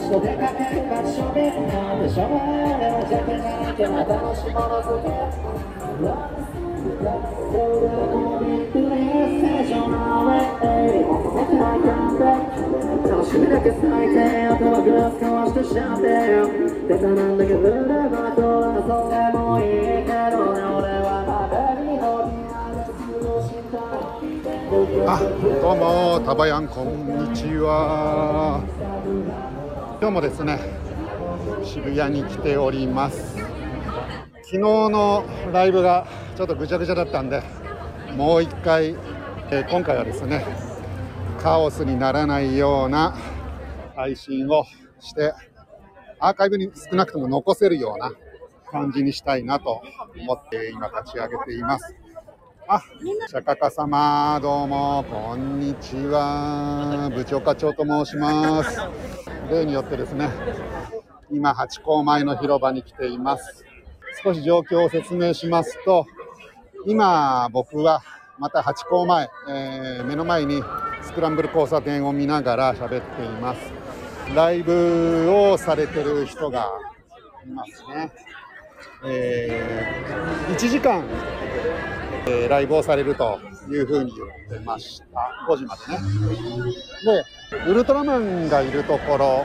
と出かける場所でなんでしょうねはじゃけないけど楽しものづけ楽しみだけ咲いてあとはグラス交わしてしゃってベタなんだけどルールがどうだそれもいいけどね俺はまだにのにある過ごしたあ、どうもタバヤンこんにちは。今日もですね渋谷に来ております。昨日のライブがちょっとぐちゃぐちゃだったんでもう一回、今回はですねカオスにならないような配信をしてアーカイブに少なくとも残せるような感じにしたいなと思って今立ち上げています。あ、釈迦様どうもこんにちは。部長課長と申します。例によってですね今ハチ公前の広場に来ています。少し状況を説明しますと、今僕はまたハチ公前、目の前にスクランブル交差点を見ながら喋っています。ライブをされてる人がいますね。1時間、ライブをされるというふうに言ってました。5時までね。で、ウルトラマンがいるところ、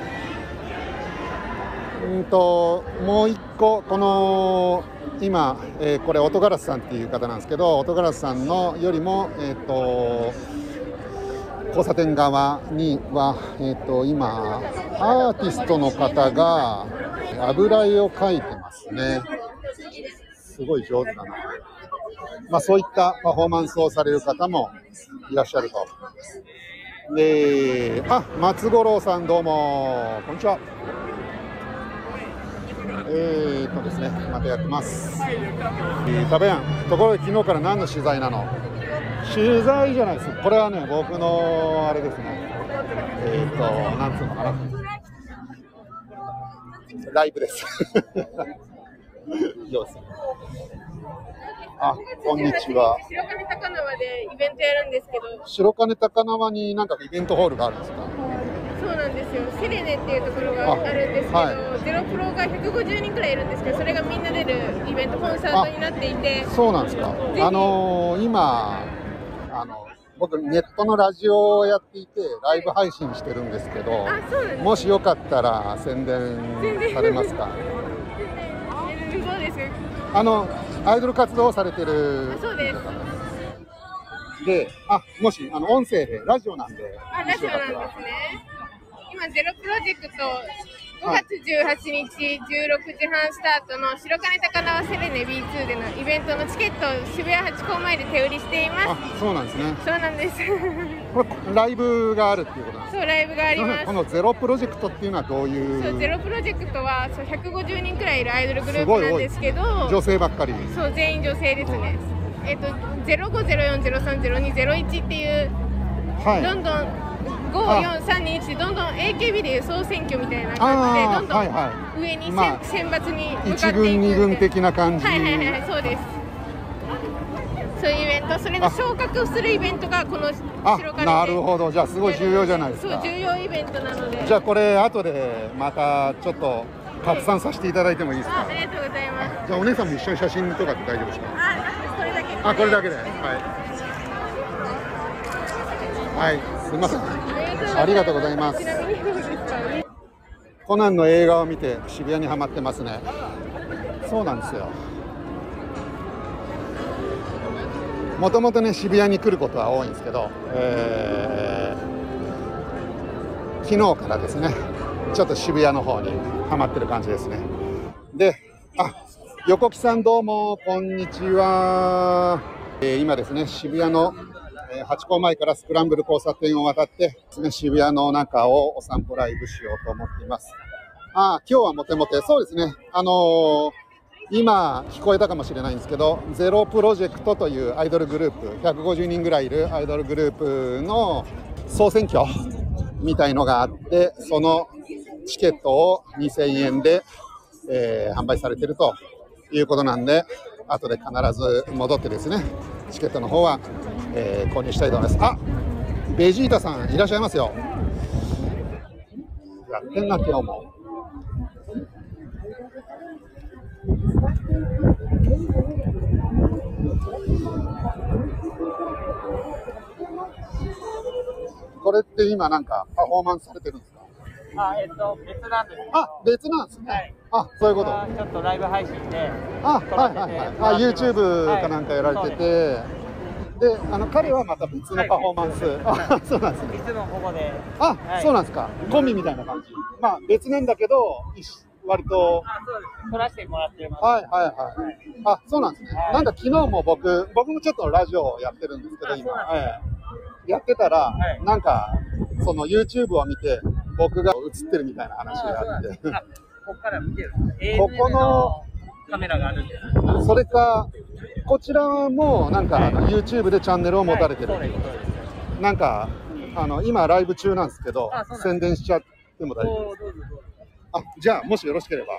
もう一個この今、これ音ガラスさんっていう方なんですけど、音ガラスさんのよりも、交差点側には、今アーティストの方が油絵を描いてますね。すごい上手だな。そういったパフォーマンスをされる方もいらっしゃると。で、松五郎さんどうもこんにちは。ですね、またやってます。タバヤン、ところで昨日から何の取材なの？取材じゃないです。これはね、僕のあれですね。なんつうのかな。ライブです。どうです？こんにちは。 白金高輪でイベントやるんですけど。 白金高輪になんかイベントホールがあるんですか？ そうなんですよ。セレネっていうところがあるんですけど、ゼロプロが150人くらいいるんですけど、それがみんな出るイベントコンサートになっていて。 そうなんですか。今僕ネットのラジオをやっていてライブ配信してるんですけど、もしよかったら宣伝されますか？ そうです。 アイドル活動をされてる。 そうです。 で、もし音声でラジオなんで。 ラジオなんですね。今ゼロプロジェクト5月18日16時半スタートの白金高輪セレネ B2 でのイベントのチケットを渋谷ハチ公前で手売りしています。 そうなんですね。 そうなんです。 これライブがあるっていうことなんですか？ そう、ライブがあります。 このゼロプロジェクトっていうのはどういう？ そう、ゼロプロジェクトは150人くらいいるアイドルグループなんですけど、 女性ばっかり。 そう、全員女性ですね。0504030201っていう、どんどん54321でどんどん AKB でいう総選挙みたいな感じでどんどん上に選抜に向かっていく 1軍2軍的な感じ。 はい、そうです。そういうイベント、それの昇格するイベントがこの白金で。 なるほど。じゃあすごい重要じゃないですか。 そう、重要イベントなので。 じゃあこれ後でまたちょっと拡散させていただいてもいいですか？ ありがとうございます。 じゃあお姉さんも一緒に写真とかって大丈夫ですか？ これだけ。 これだけで。はい、すみません。ありがとうございます。コナンの映画を見て渋谷にハマってますね。そうなんですよ。もともとね渋谷に来ることは多いんですけど、昨日からですねちょっと渋谷の方にハマってる感じですね。で、横木さんどうもこんにちは。今ですね渋谷のハチ公前からスクランブル交差点を渡ってですね渋谷の中をお散歩ライブしようと思っています。今日はモテモテ。そうですね。今聞こえたかもしれないんですけど、ゼロプロジェクトというアイドルグループ、150人ぐらいいるアイドルグループの総選挙みたいのがあって、そのチケットを2000円で、販売されているということなんで、後で必ず戻ってですねチケットの方は、購入したいと思います。ベジータさんいらっしゃいますよ。 やってんな、今日も。これって今なんかパフォーマンスされてるんですか？ 別なんですけど。 あ、別なんですね。 はい。 あ、そういうこと。 ちょっとライブ配信で。 あ、はいはいはい。あ、YouTube かなんかやられてて、で、彼はまた別のパフォーマンス。あ、そうなんですね。 いつもここで。 あ、そうなんですか。コンビみたいな感じ。まあ別なんだけど、割と。 あ、そうです。撮らせてもらってます。 はいはいはい。あ、そうなんですね。なんか昨日も僕もちょっとラジオをやってるんですけど、今。やってたら、なんか、その YouTube を見て、僕が映ってるみたいな話があって。 ここから見てる。 ここのカメラがあるんです。 それか、こちらもなんかYouTube でチャンネルを持たれてる。なんか、今ライブ中なんですけど、宣伝しちゃっても大丈夫ですか？あ、じゃあ、もしよろしければ。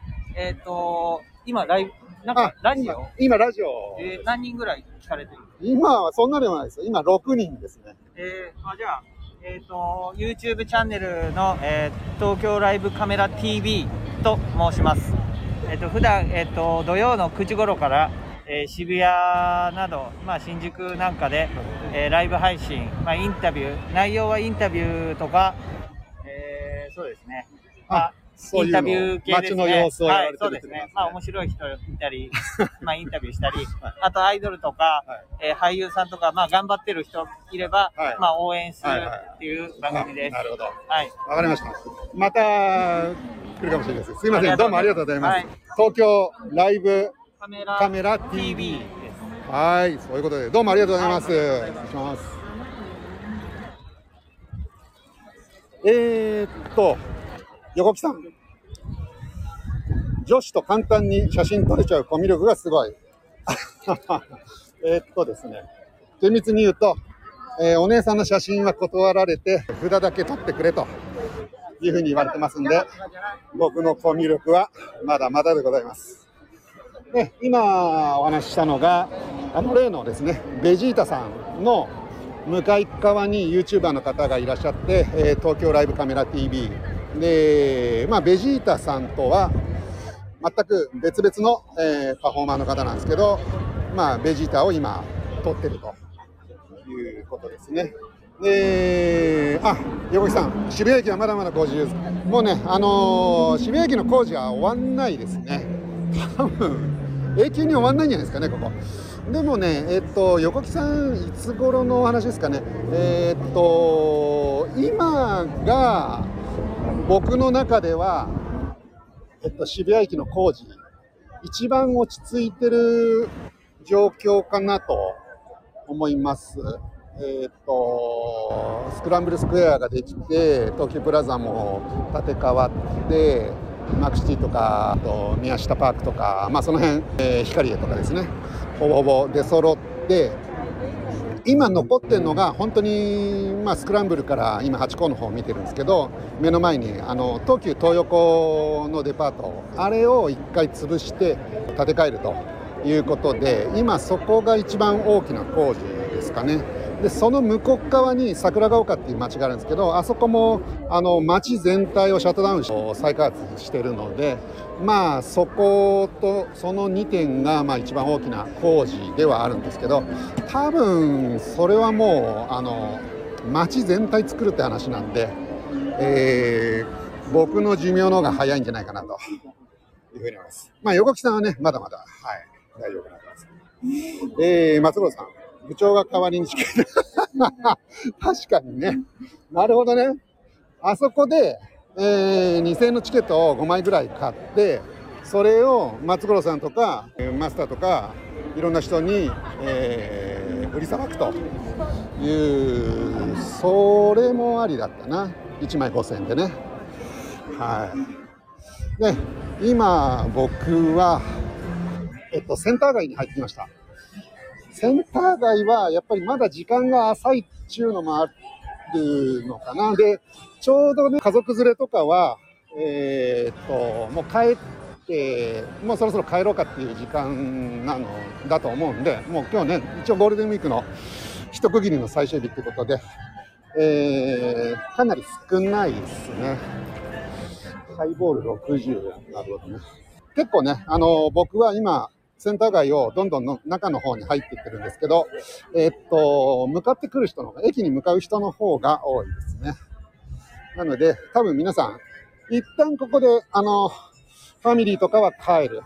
今ライブ、なんかラジオ？ 今ラジオ。 何人ぐらい聞かれてる？ 今はそんなでもないですよ。今6人ですね。 じゃあ、YouTube チャンネルの、東京ライブカメラ TV と申します。普段、土曜の9時頃から、渋谷など、新宿なんかで、ライブ配信、インタビュー、内容はインタビューとか、そうですね。インタビュー系ですね。街の様子をやられてるそうですね。面白い人いたり、インタビューしたり、あとアイドルとか、俳優さんとか、頑張ってる人いれば、応援するっていう番組です。 なるほど。 はい。 わかりました。また来るかもしれないです。すいません。どうもありがとうございます。東京ライブカメラ TV です。はい、そういうことで、どうもありがとうございます。失礼します。横木さん。女子と簡単に写真撮れちゃうコミュ力がすごい。ですね。厳密に言うと、お姉さんの写真は断られて、札だけ撮ってくれというふうに言われてますんで、僕のコミュ力はまだまだでございます。で、今お話ししたのが、例のですね、ベジータさんの向かい側に YouTuber の方がいらっしゃって、東京ライブカメラ TV で、ベジータさんとは全く別々の、パフォーマーの方なんですけど、ベジータを今撮ってるということですね。横木さん、渋谷駅はまだまだ工事です。もうね、渋谷駅の工事は終わんないですね。多分永久に終わんないんじゃないですかね、ここ。でもね、横木さん、いつ頃のお話ですかね。今が僕の中では、渋谷駅の工事、一番落ち着いてる状況かなと思います。スクランブルスクエアができて、東急プラザも建て替わって、マクシティとか、宮下パークとか、その辺、ヒカリエとかですね、ほぼほぼ出揃って、今残ってるのが本当に、スクランブルから今ハチ公の方を見てるんですけど、目の前に東急東横のデパート、あれを一回潰して建て替えるということで、今そこが一番大きな工事ですかね。でその向こう側に桜ヶ丘っていう町があるんですけど、あそこも町全体をシャットダウンして再開発してるので、そことその2点が一番大きな工事ではあるんですけど、多分それはもう町全体作るって話なんで、僕の寿命の方が早いんじゃないかなというふうに思います。横木さんはね、まだまだ、大丈夫かなと思います。松原さん、部長が代わりにチケット確かにね、なるほどね。あそこで、2000円のチケットを5枚ぐらい買って、それを松五郎さんとかマスターとかいろんな人に、売りさばくという、それもありだったな。1枚5000円でね。で今僕は、センター街に入ってきました。センター街はやっぱりまだ時間が浅いっていうのもあるのかな。でちょうどね、家族連れとかはもう帰ってもうそろそろ帰ろうかっていう時間なのだと思うんで、もう今日ね、一応ゴールデンウィークの一区切りの最終日ってことで、かなり少ないですね。 ハイボール60。なるほどね。結構ね、僕は今、センター街をどんどんの中の方に入っていってるんですけど、向かってくる人の、駅に向かう人の方が多いですね。なので、多分皆さん、一旦ここで、ファミリーとかは帰る。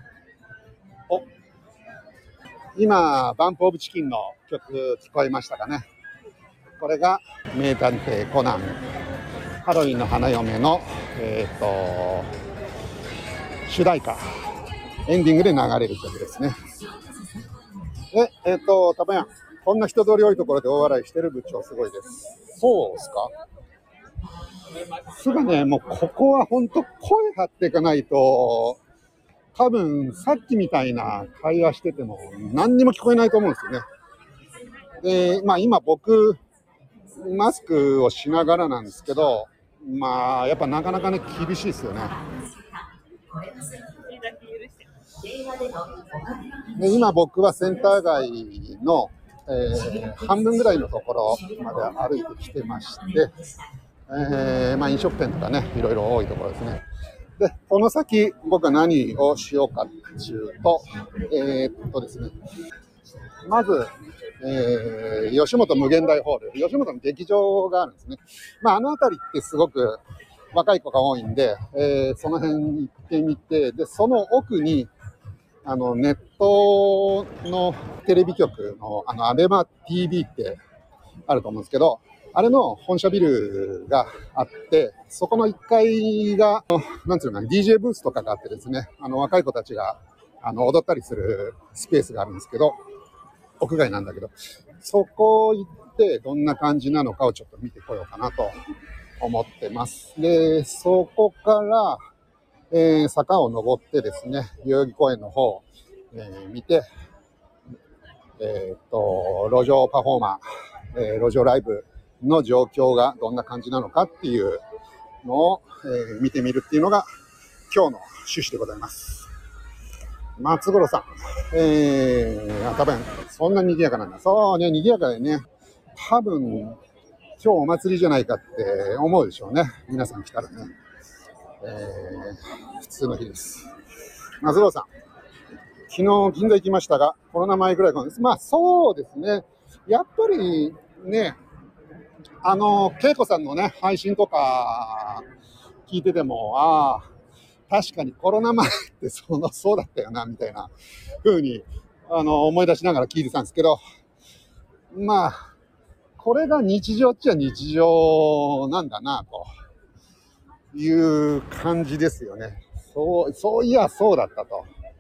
今、バンプオブチキンの曲聞こえましたかね。これが、名探偵コナン、ハロウィンの花嫁の、主題歌、エンディングで流れる曲ですね。タバヤン、こんな人通り多いところで大笑いしてる部長すごいです。そうですか。すぐね、もうここは本当声張っていかないと、多分さっきみたいな会話してても何にも聞こえないと思うんですよね。で、今僕、マスクをしながらなんですけど、やっぱなかなかね、厳しいですよね。で今僕はセンター街の、半分ぐらいのところまで歩いてきてまして、飲食店とかね、いろいろ多いところですね。で、この先僕は何をしようかっていうと、ですね、まず、吉本無限大ホール、吉本の劇場があるんですね。あの辺りってすごく若い子が多いんで、その辺に行ってみて、で、その奥に、ネットのテレビ局の、アベマ TV ってあると思うんですけど、あれの本社ビルがあって、そこの1階が、なんていうのかな、DJ ブースとかがあってですね、若い子たちが、踊ったりするスペースがあるんですけど、屋外なんだけど、そこ行ってどんな感じなのかをちょっと見てこようかなと思ってます。で、そこから、坂を登ってですね、代々木公園の方、見て、路上パフォーマー、路上ライブの状況がどんな感じなのかっていうのを、見てみるっていうのが今日の趣旨でございます。松五郎さん、多分そんな賑やかなんだ。そうね、賑やかでね、多分今日お祭りじゃないかって思うでしょうね。皆さん来たらね。普通の日です。松五郎さん、昨日銀座行きましたが、コロナ前ぐらいからです。そうですね。やっぱりね、恵子さんのね、配信とか聞いてても、確かにコロナ前ってそうだったよな、みたいな風に、思い出しながら聞いてたんですけど、これが日常っちゃ日常なんだな、という感じですよね。そういや、そうだったと。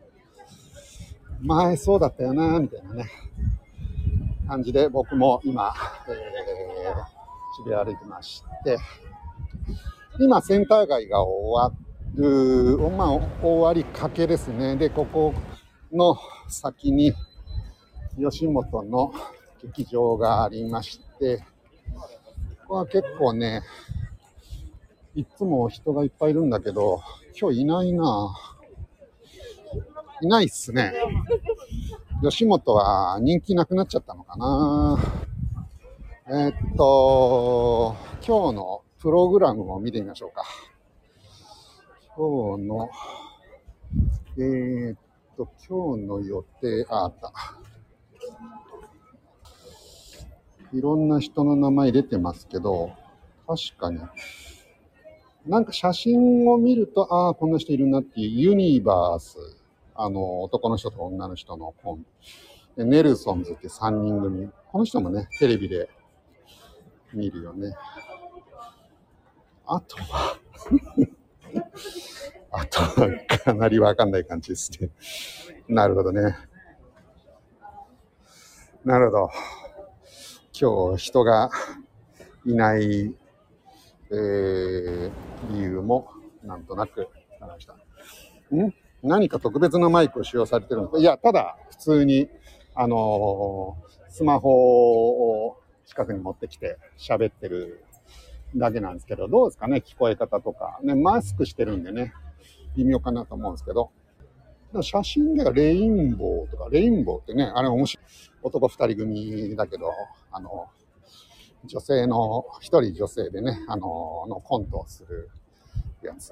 前そうだったよな、みたいなね、感じで僕も今、渋谷歩いてまして、今センター街が終わりかけですね。で、ここの先に吉本の劇場がありまして、ここは結構ね、いつも人がいっぱいいるんだけど、今日いないな。いないっすね。吉本は人気なくなっちゃったのかな。今日のプログラムを見てみましょうか。今日の、今日の予定、あった。いろんな人の名前出てますけど、確かに、なんか写真を見ると、こんな人いるなっていうユニバース、男の人と女の人のコンビ。ネルソンズって3人組。この人もね、テレビで見るよね。あとはかなりわかんない感じですね。なるほどね。なるほど。今日人がいない、理由もなんとなくわかりました。何か特別なマイクを使用されてるのか。いや、ただ普通にスマホを近くに持ってきて喋ってるだけなんですけど、どうですかね、聞こえ方とかね。マスクしてるんでね、微妙かなと思うんですけど、写真ではレインボーとか、レインボーってね、あれ面白い。男二人組だけど、女性の、一人女性でね、のコントをするってやつ。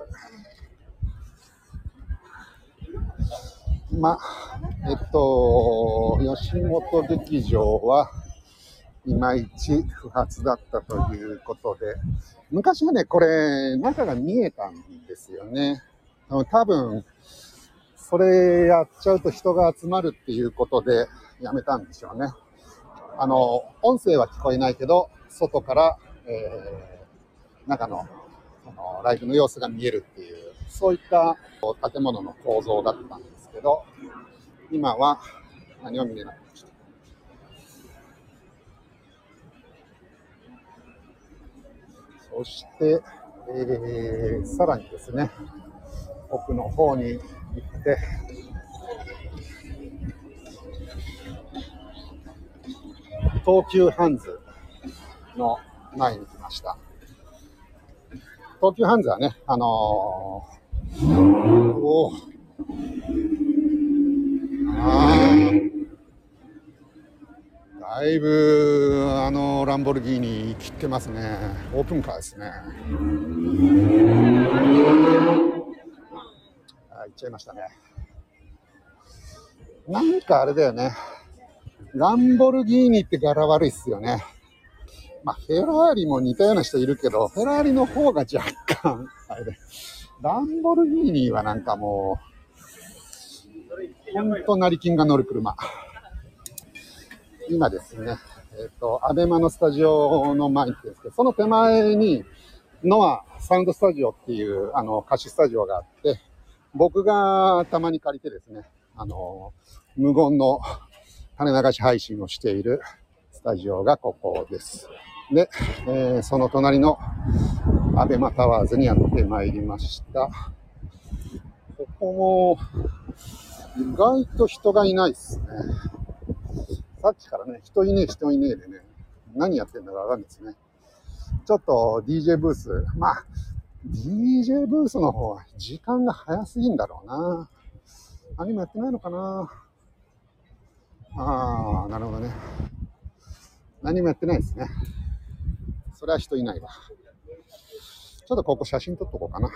まあ、吉本劇場はいまいち不発だったということで、昔はね、これ、中が見えたんですよね。多分、それやっちゃうと人が集まるっていうことでやめたんでしょうね。音声は聞こえないけど、外から、中の、ライブの様子が見えるっていう、そういった建物の構造だったんですけど、今は何も見れなくなりました。そして、さらにですね、奥の方に行って、東急ハンズの前に来ました。東急ハンズはね、だいぶランボルギーニ切ってますね。オープンカーですね。行っちゃいましたね。なんかあれだよね。ランボルギーニって柄悪いっすよね。まあ、フェラーリも似たような人いるけど、フェラーリの方が若干、あれで。ランボルギーニはなんかもう、ほんと成金が乗る車。今ですね、アベマのスタジオの前に来てるんですけど、その手前に、ノアサウンドスタジオっていう貸しスタジオがあって、僕がたまに借りてですね、無言の種流し配信をしているスタジオがここです。で、その隣のアベマタワーズにやってまいりました。ここも意外と人がいないですね。さっきからね、人いねえでね、何やってんだかわかんないですね。ちょっと DJ ブース、まあ、DJ ブースの方は時間が早すぎんだろうな。何もやってないのかな。なるほどね。何もやってないですね。それは人いないわ。ちょっとここ写真撮っとこうかな。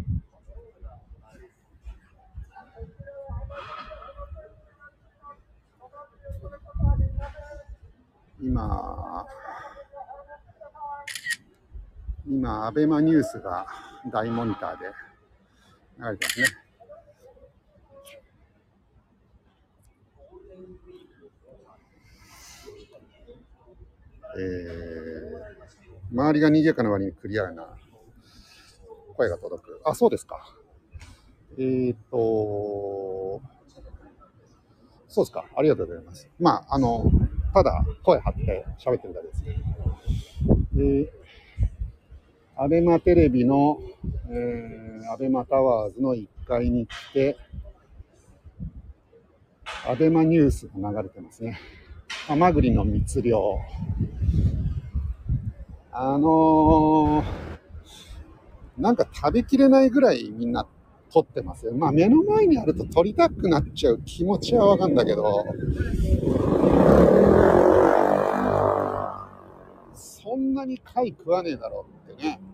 今、アベマニュースが大モニターで流れてますね。周りが賑やかな割にクリアな声が届く。あ、そうですか。そうですか。ありがとうございます。まあ、ただ声張って喋ってるだけですね。アベマテレビの、アベマタワーズの1階に来て、アベマニュースが流れてますね。ハマグリの密漁。なんか食べきれないぐらいみんな撮ってますよ。まあ目の前にあると撮りたくなっちゃう気持ちはわかんだけど、そんなに貝食わねえだろうってね。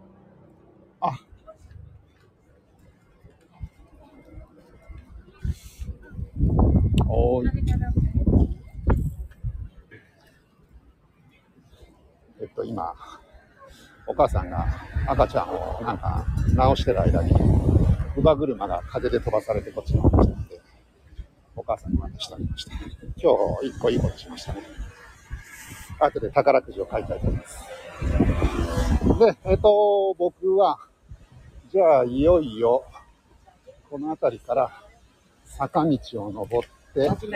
今、お母さんが赤ちゃんをなんか直してる間に、乳母車が風で飛ばされてこっちの方に来て、お母さんに渡してあげました。今日一個いいことしましたね。後で宝くじを買いたいと思います。で、僕は、じゃあいよいよ、この辺りから坂道を登って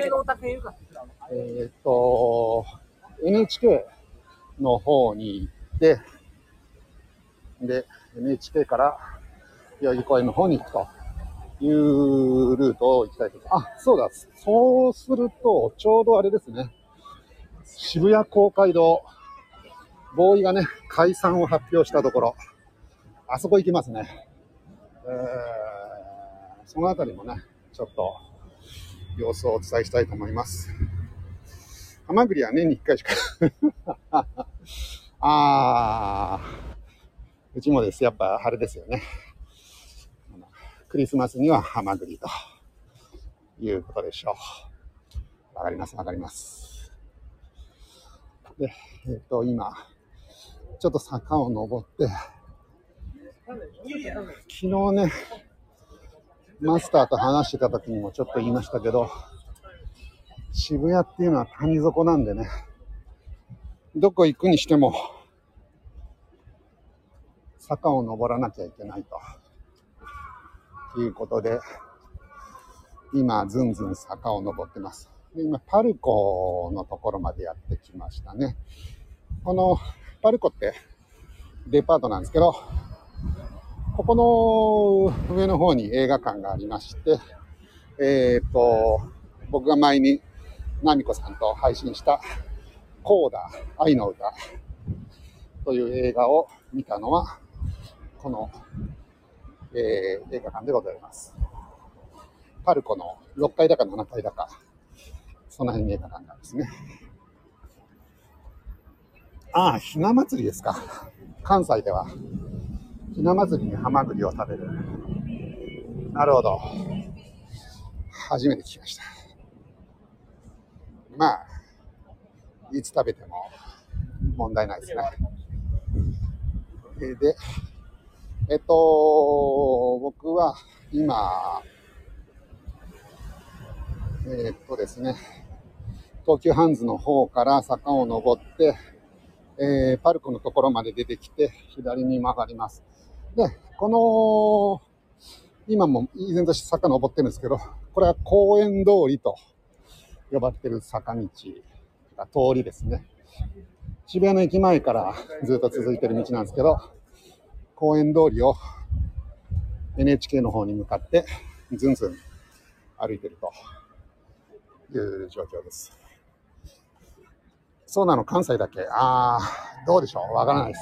、NHK の方に行って、で、NHK から代々木公園の方に行くというルートを行きたいと思います。あ、そうだ。そうすると、ちょうどあれですね。渋谷公会堂、ボーイがね、解散を発表したところ、あそこ行きますね。そのあたりもね、ちょっと様子をお伝えしたいと思います。ハマグリは年に1回しかうちもです。やっぱあれですよね。 クリスマスにはハマグリということでしょう。わかります、わかります。で、今、ちょっと坂を登って、昨日ね、マスターと話してた時にもちょっと言いましたけど、渋谷っていうのは谷底なんでね、どこ行くにしても坂を登らなきゃいけないということで、今ずんずん坂を登ってます。で、今パルコのところまでやってきましたね。このパルコってデパートなんですけど、ここの上の方に映画館がありまして、僕が前にナミコさんと配信したコーダ愛の歌という映画を見たのはこの、映画館でございます。パルコの6階だか7階だか、その辺に映画館なんですね。ああ、ひな祭りですか。関西ではひな祭りにハマグリを食べる。なるほど。初めて聞きました。まあ、いつ食べても問題ないですね。で、僕は今、ですね、東急ハンズの方から坂を登って、パルコのところまで出てきて左に曲がります。で、この今も依然として坂登ってるんですけど、これは公園通りと呼ばれてる坂道が通りですね。渋谷の駅前からずっと続いてる道なんですけど、公園通りを NHK の方に向かってずんずん歩いてるという状況です。そうなの、関西だけ。どうでしょう、わからないです。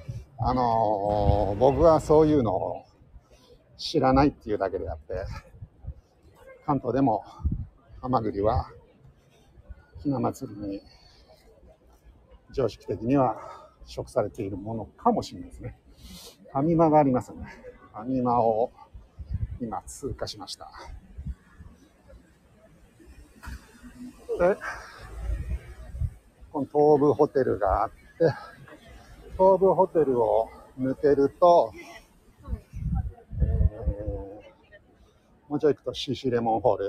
僕はそういうのを知らないっていうだけであって、関東でもハマグリはひな祭りに常識的には食されているものかもしれないですね。ファミマがありますね。ファミマを今通過しました。で、この東武ホテルがあって、東武ホテルを抜けると、もうちょい行くと CC レモンホール、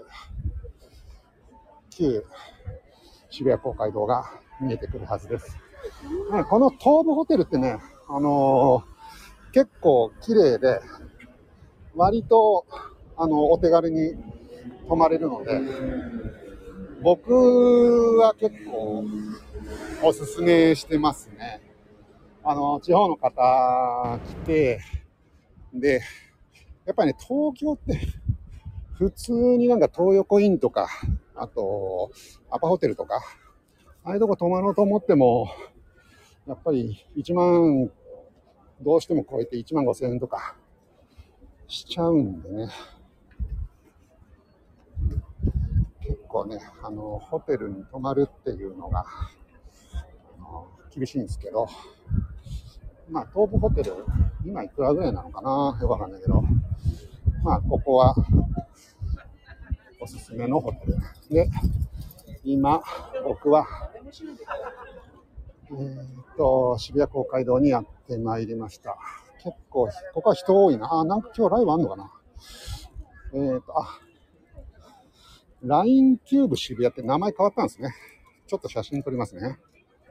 旧渋谷公会堂が見えてくるはずです。この東武ホテルってね、結構綺麗で、割とお手軽に泊まれるので、僕は結構おすすめしてますね。地方の方来て、で、やっぱりね、東京って普通になんか東横インとか、あとアパホテルとか、ああいうとこ泊まろうと思っても、やっぱり1万どうしても超えて1万5,000円とかしちゃうんでね、結構ね、ホテルに泊まるっていうのが厳しいんですけど、まあ東武ホテル今いくらぐらいなのかな、よくわかんないけど、まあここはおすすめのホテルで、今僕は渋谷公会堂にやってまいりました。結構ここは人多いな。なんか今日ライブあんのかな。LINE キューブ渋谷って名前変わったんですね。ちょっと写真撮りますね。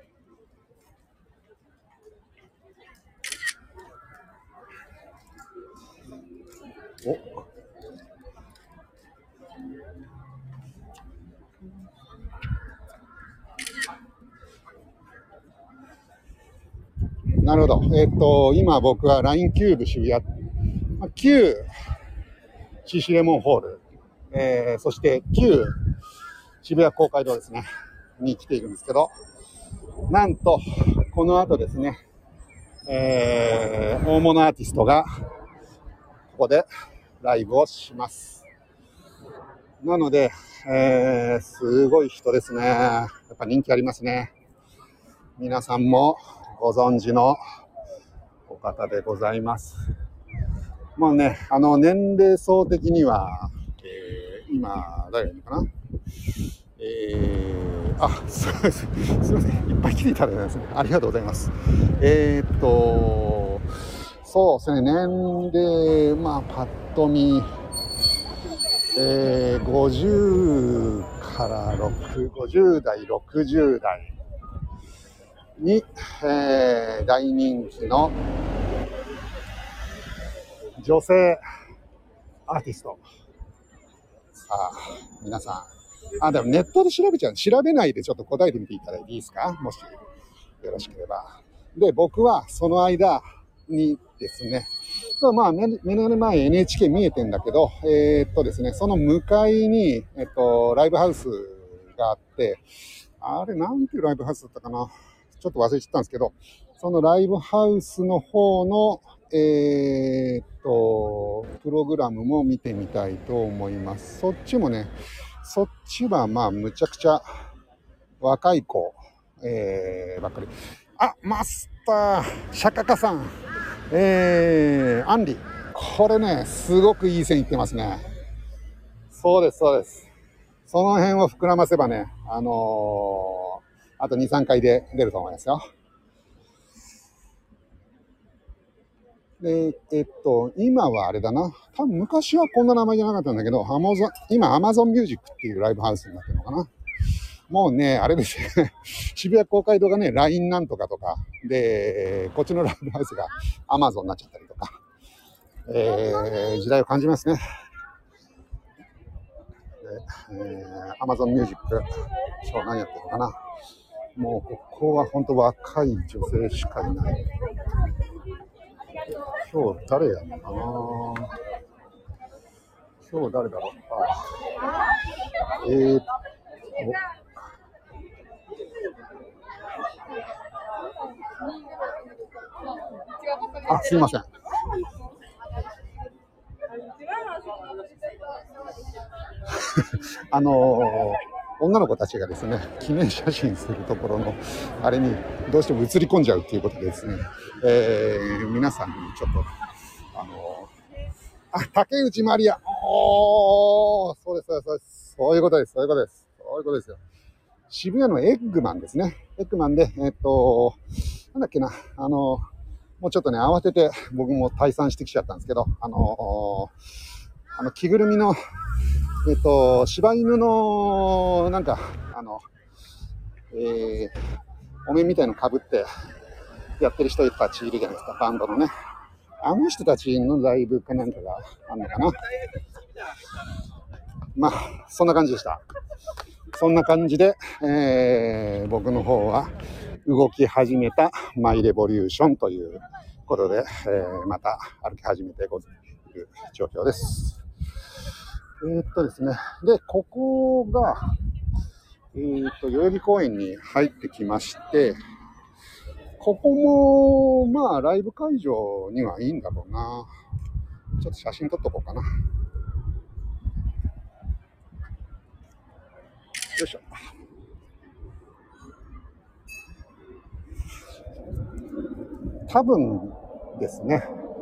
なるほど。今僕は LINE キューブ渋谷、旧 CC レモンホール、そして旧渋谷公会堂ですね、に来ているんですけど、なんと、この後ですね、大物アーティストがここでライブをします。なので、すごい人ですね。やっぱ人気ありますね。皆さんもご存知のお方でございます。 まあね、年齢層的には、今、誰がいるのかな。そうです。すみません。いっぱい来ていただいてですね。ありがとうございます。そうですね。年齢、まあ、パッと見、50から50代、60代に、大人気の女性アーティスト。さあ、皆さん。でもネットで調べないでちょっと答えてみていただいていいですか？もしよろしければ。で、僕はその間にですね、まあ、目の前 NHK 見えてんだけど、ですね、その向かいに、ライブハウスがあって、あれ、なんていうライブハウスだったかな。ちょっと忘れちゃったんですけど、そのライブハウスの方の、プログラムも見てみたいと思います。そっちはまあ、むちゃくちゃ若い子、ばっかり。マスター、シャカカさん、アンリ。これね、すごくいい線いってますね。そうです。その辺を膨らませばね、あと2、3回で出ると思いますよ。で、今はあれだな。多分昔はこんな名前じゃなかったんだけど、今 Amazon Music っていうライブハウスになってるのかな。もうね、あれですね。渋谷公会堂がね、LINE なんとかとか、で、こっちのライブハウスが Amazon になっちゃったりとか、時代を感じますね。Amazon Music、今日何やってるのかな。もうここは本当若い女性しかいない。今日誰やるのかな。今日誰だろう。すいません。女の子たちがですね、記念写真するところのあれにどうしても映り込んじゃうっていうことでですね、皆さんにちょっと竹内まりや、そうです。そういうことですよ。渋谷のエッグマンですね。エッグマンでなんだっけな、もうちょっとね、慌てて僕も退散してきちゃったんですけど、着ぐるみの柴犬のなんかお面みたいの被ってやってる人たちいるじゃないですか、バンドのね。あの人たちのライブかなんかがあるのかな。まあそんな感じでした。そんな感じで、僕の方は動き始めたマイレボリューションということで、また歩き始めている状況です。ですね。で、ここが、代々木公園に入ってきまして、ここも、まあ、ライブ会場にはいいんだろうな。ちょっと写真撮っとこうかな。よいしょ。多分ですね、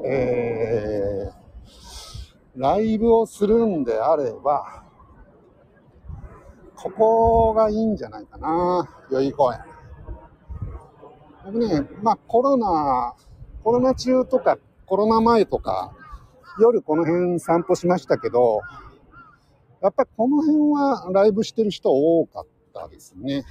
ライブをするんであれば、ここがいいんじゃないかな、代々木公園。僕ね、まあコロナ中とかコロナ前とか夜この辺散歩しましたけど、やっぱりこの辺はライブしてる人多かったですね。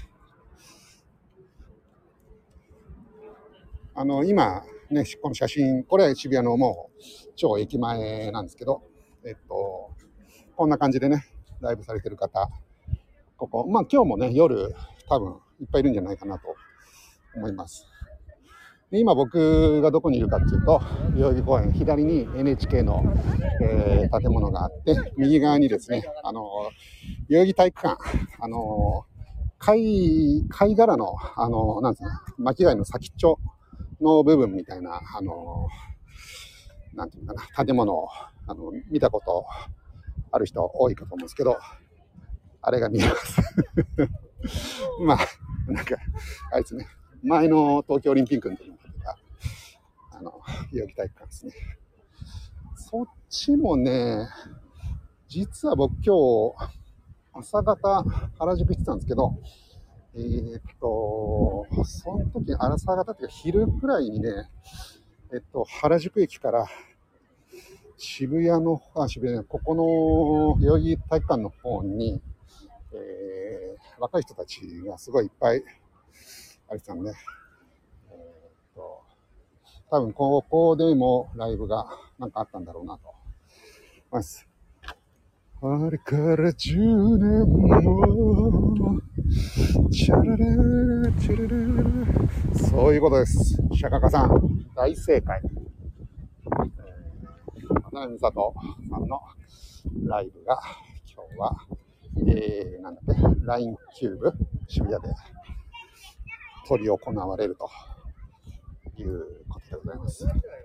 今ね、この写真、これは渋谷のもう超駅前なんですけど、こんな感じでね、ライブされてる方、ここ、まあ今日もね、夜多分いっぱいいるんじゃないかなと思います。で、今僕がどこにいるかっていうと、代々木公園左に NHK の、建物があって、右側にですね、代々木体育館、貝殻のなんつうの、巻貝の先っちょの部分みたいななんていうかな、建物を見たことある人多いかと思うんですけど、あれが見えますまあなんかあいつね、前の東京オリンピックの時に代々木体育館ですね。 そっちもね、実は僕今日、朝方、原宿行ってたんですけど、その時、朝方っていうか昼くらいにね、原宿駅から渋谷の、渋谷ね、ここの代々木体育館の方に、若い人たちがすごいいっぱい歩いてたんで、多分ここでもライブがなんかあったんだろうなと思います。あれから10年も、チャラララチャラララ、そういうことです。シャカカさん、大正解。渡辺美里さんのライブが今日は、なんだっけ、LINE キューブ渋谷で執り行われるということでございます。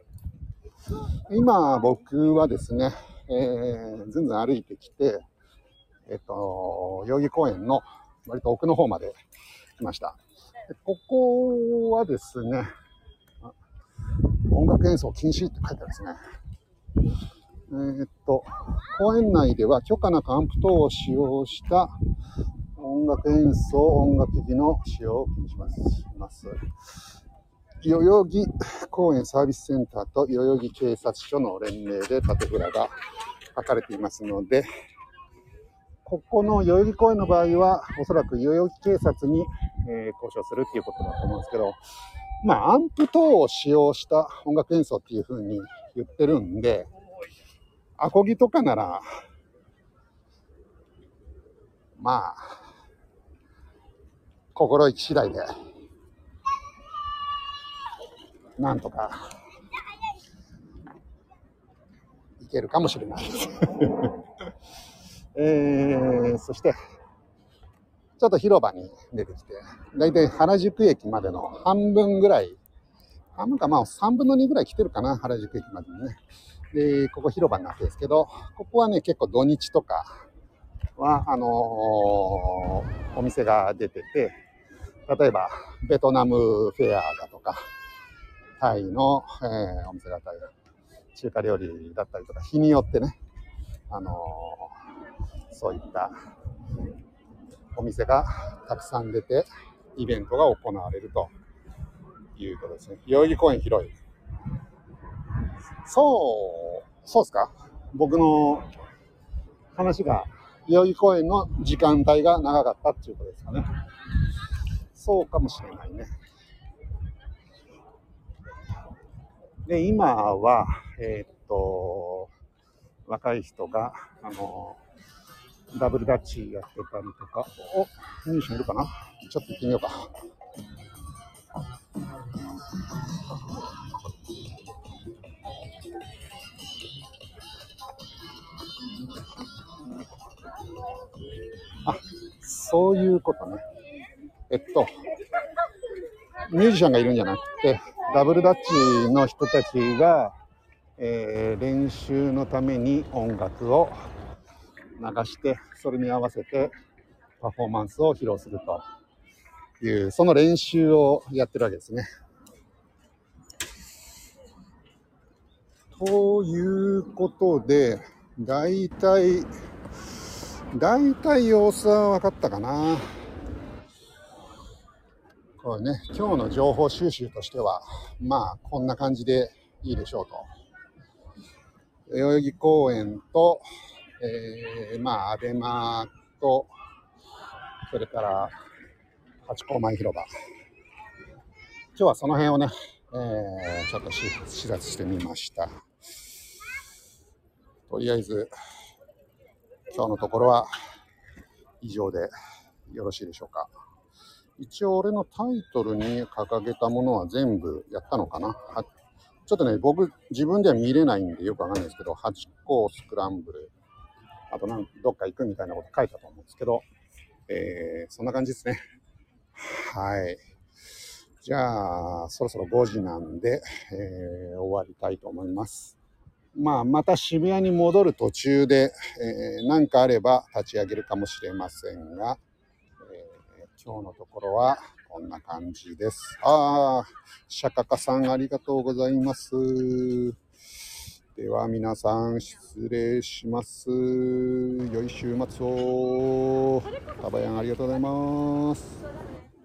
今僕はですね、ずんずん歩いてきて、代々木公園の割と奥の方まで来ました。ここはですね、音楽演奏禁止って書いてあるんですね。公園内では許可なくアンプ等を使用した音楽演奏、音楽機器の使用を禁止します。代々木公園サービスセンターと代々木警察署の連名で縦札が書かれていますので、ここの代々木公園の場合はおそらく代々木警察に、交渉するっていうことだと思うんですけど、アンプ等を使用した音楽演奏っていう風に言ってるんで、アコギとかなら心意気次第でなんとかいけるかもしれないです。そしてちょっと広場に出てきて、だいたい原宿駅までの半分ぐらい、3分の2ぐらい来てるかな、原宿駅までにね。で、ここ広場になってるんですけど、ここはね、結構土日とかは、お店が出てて、例えば、ベトナムフェアだとか、タイの、お店だったり、中華料理だったりとか、日によってね、そういったお店がたくさん出て、イベントが行われるということですね。代々木公園広い。そうですか。僕の話が代々木公園の時間帯が長かったっていうことですかね。そうかもしれないね。で、今は、若い人が、ダブルダッチやってたりとか、ミュージシャンいるかな？ちょっと行ってみようか。そういうことね。ミュージシャンがいるんじゃなくて、ダブルダッチの人たちが、練習のために音楽を流して、それに合わせてパフォーマンスを披露するという、その練習をやってるわけですね。ということで、だいたい様子は分かったかな。これね、今日の情報収集としては、こんな感じでいいでしょうと。代々木公園と、アベマと、それからハチ公前広場。今日はその辺をね、ちょっと視察してみました。とりあえず、今日のところは以上でよろしいでしょうか。一応俺のタイトルに掲げたものは全部やったのかな。ちょっとね、僕自分では見れないんでよくわかんないですけど、ハチ公スクランブル、あとどっか行くみたいなこと書いたと思うんですけど、そんな感じですね。はい。じゃあ、そろそろ5時なんで、終わりたいと思います。また渋谷に戻る途中で、何かあれば立ち上げるかもしれませんが、今日のところはこんな感じです。シャカカさんありがとうございます。 では皆さん失礼します。良い週末を。タバヤンありがとうございます。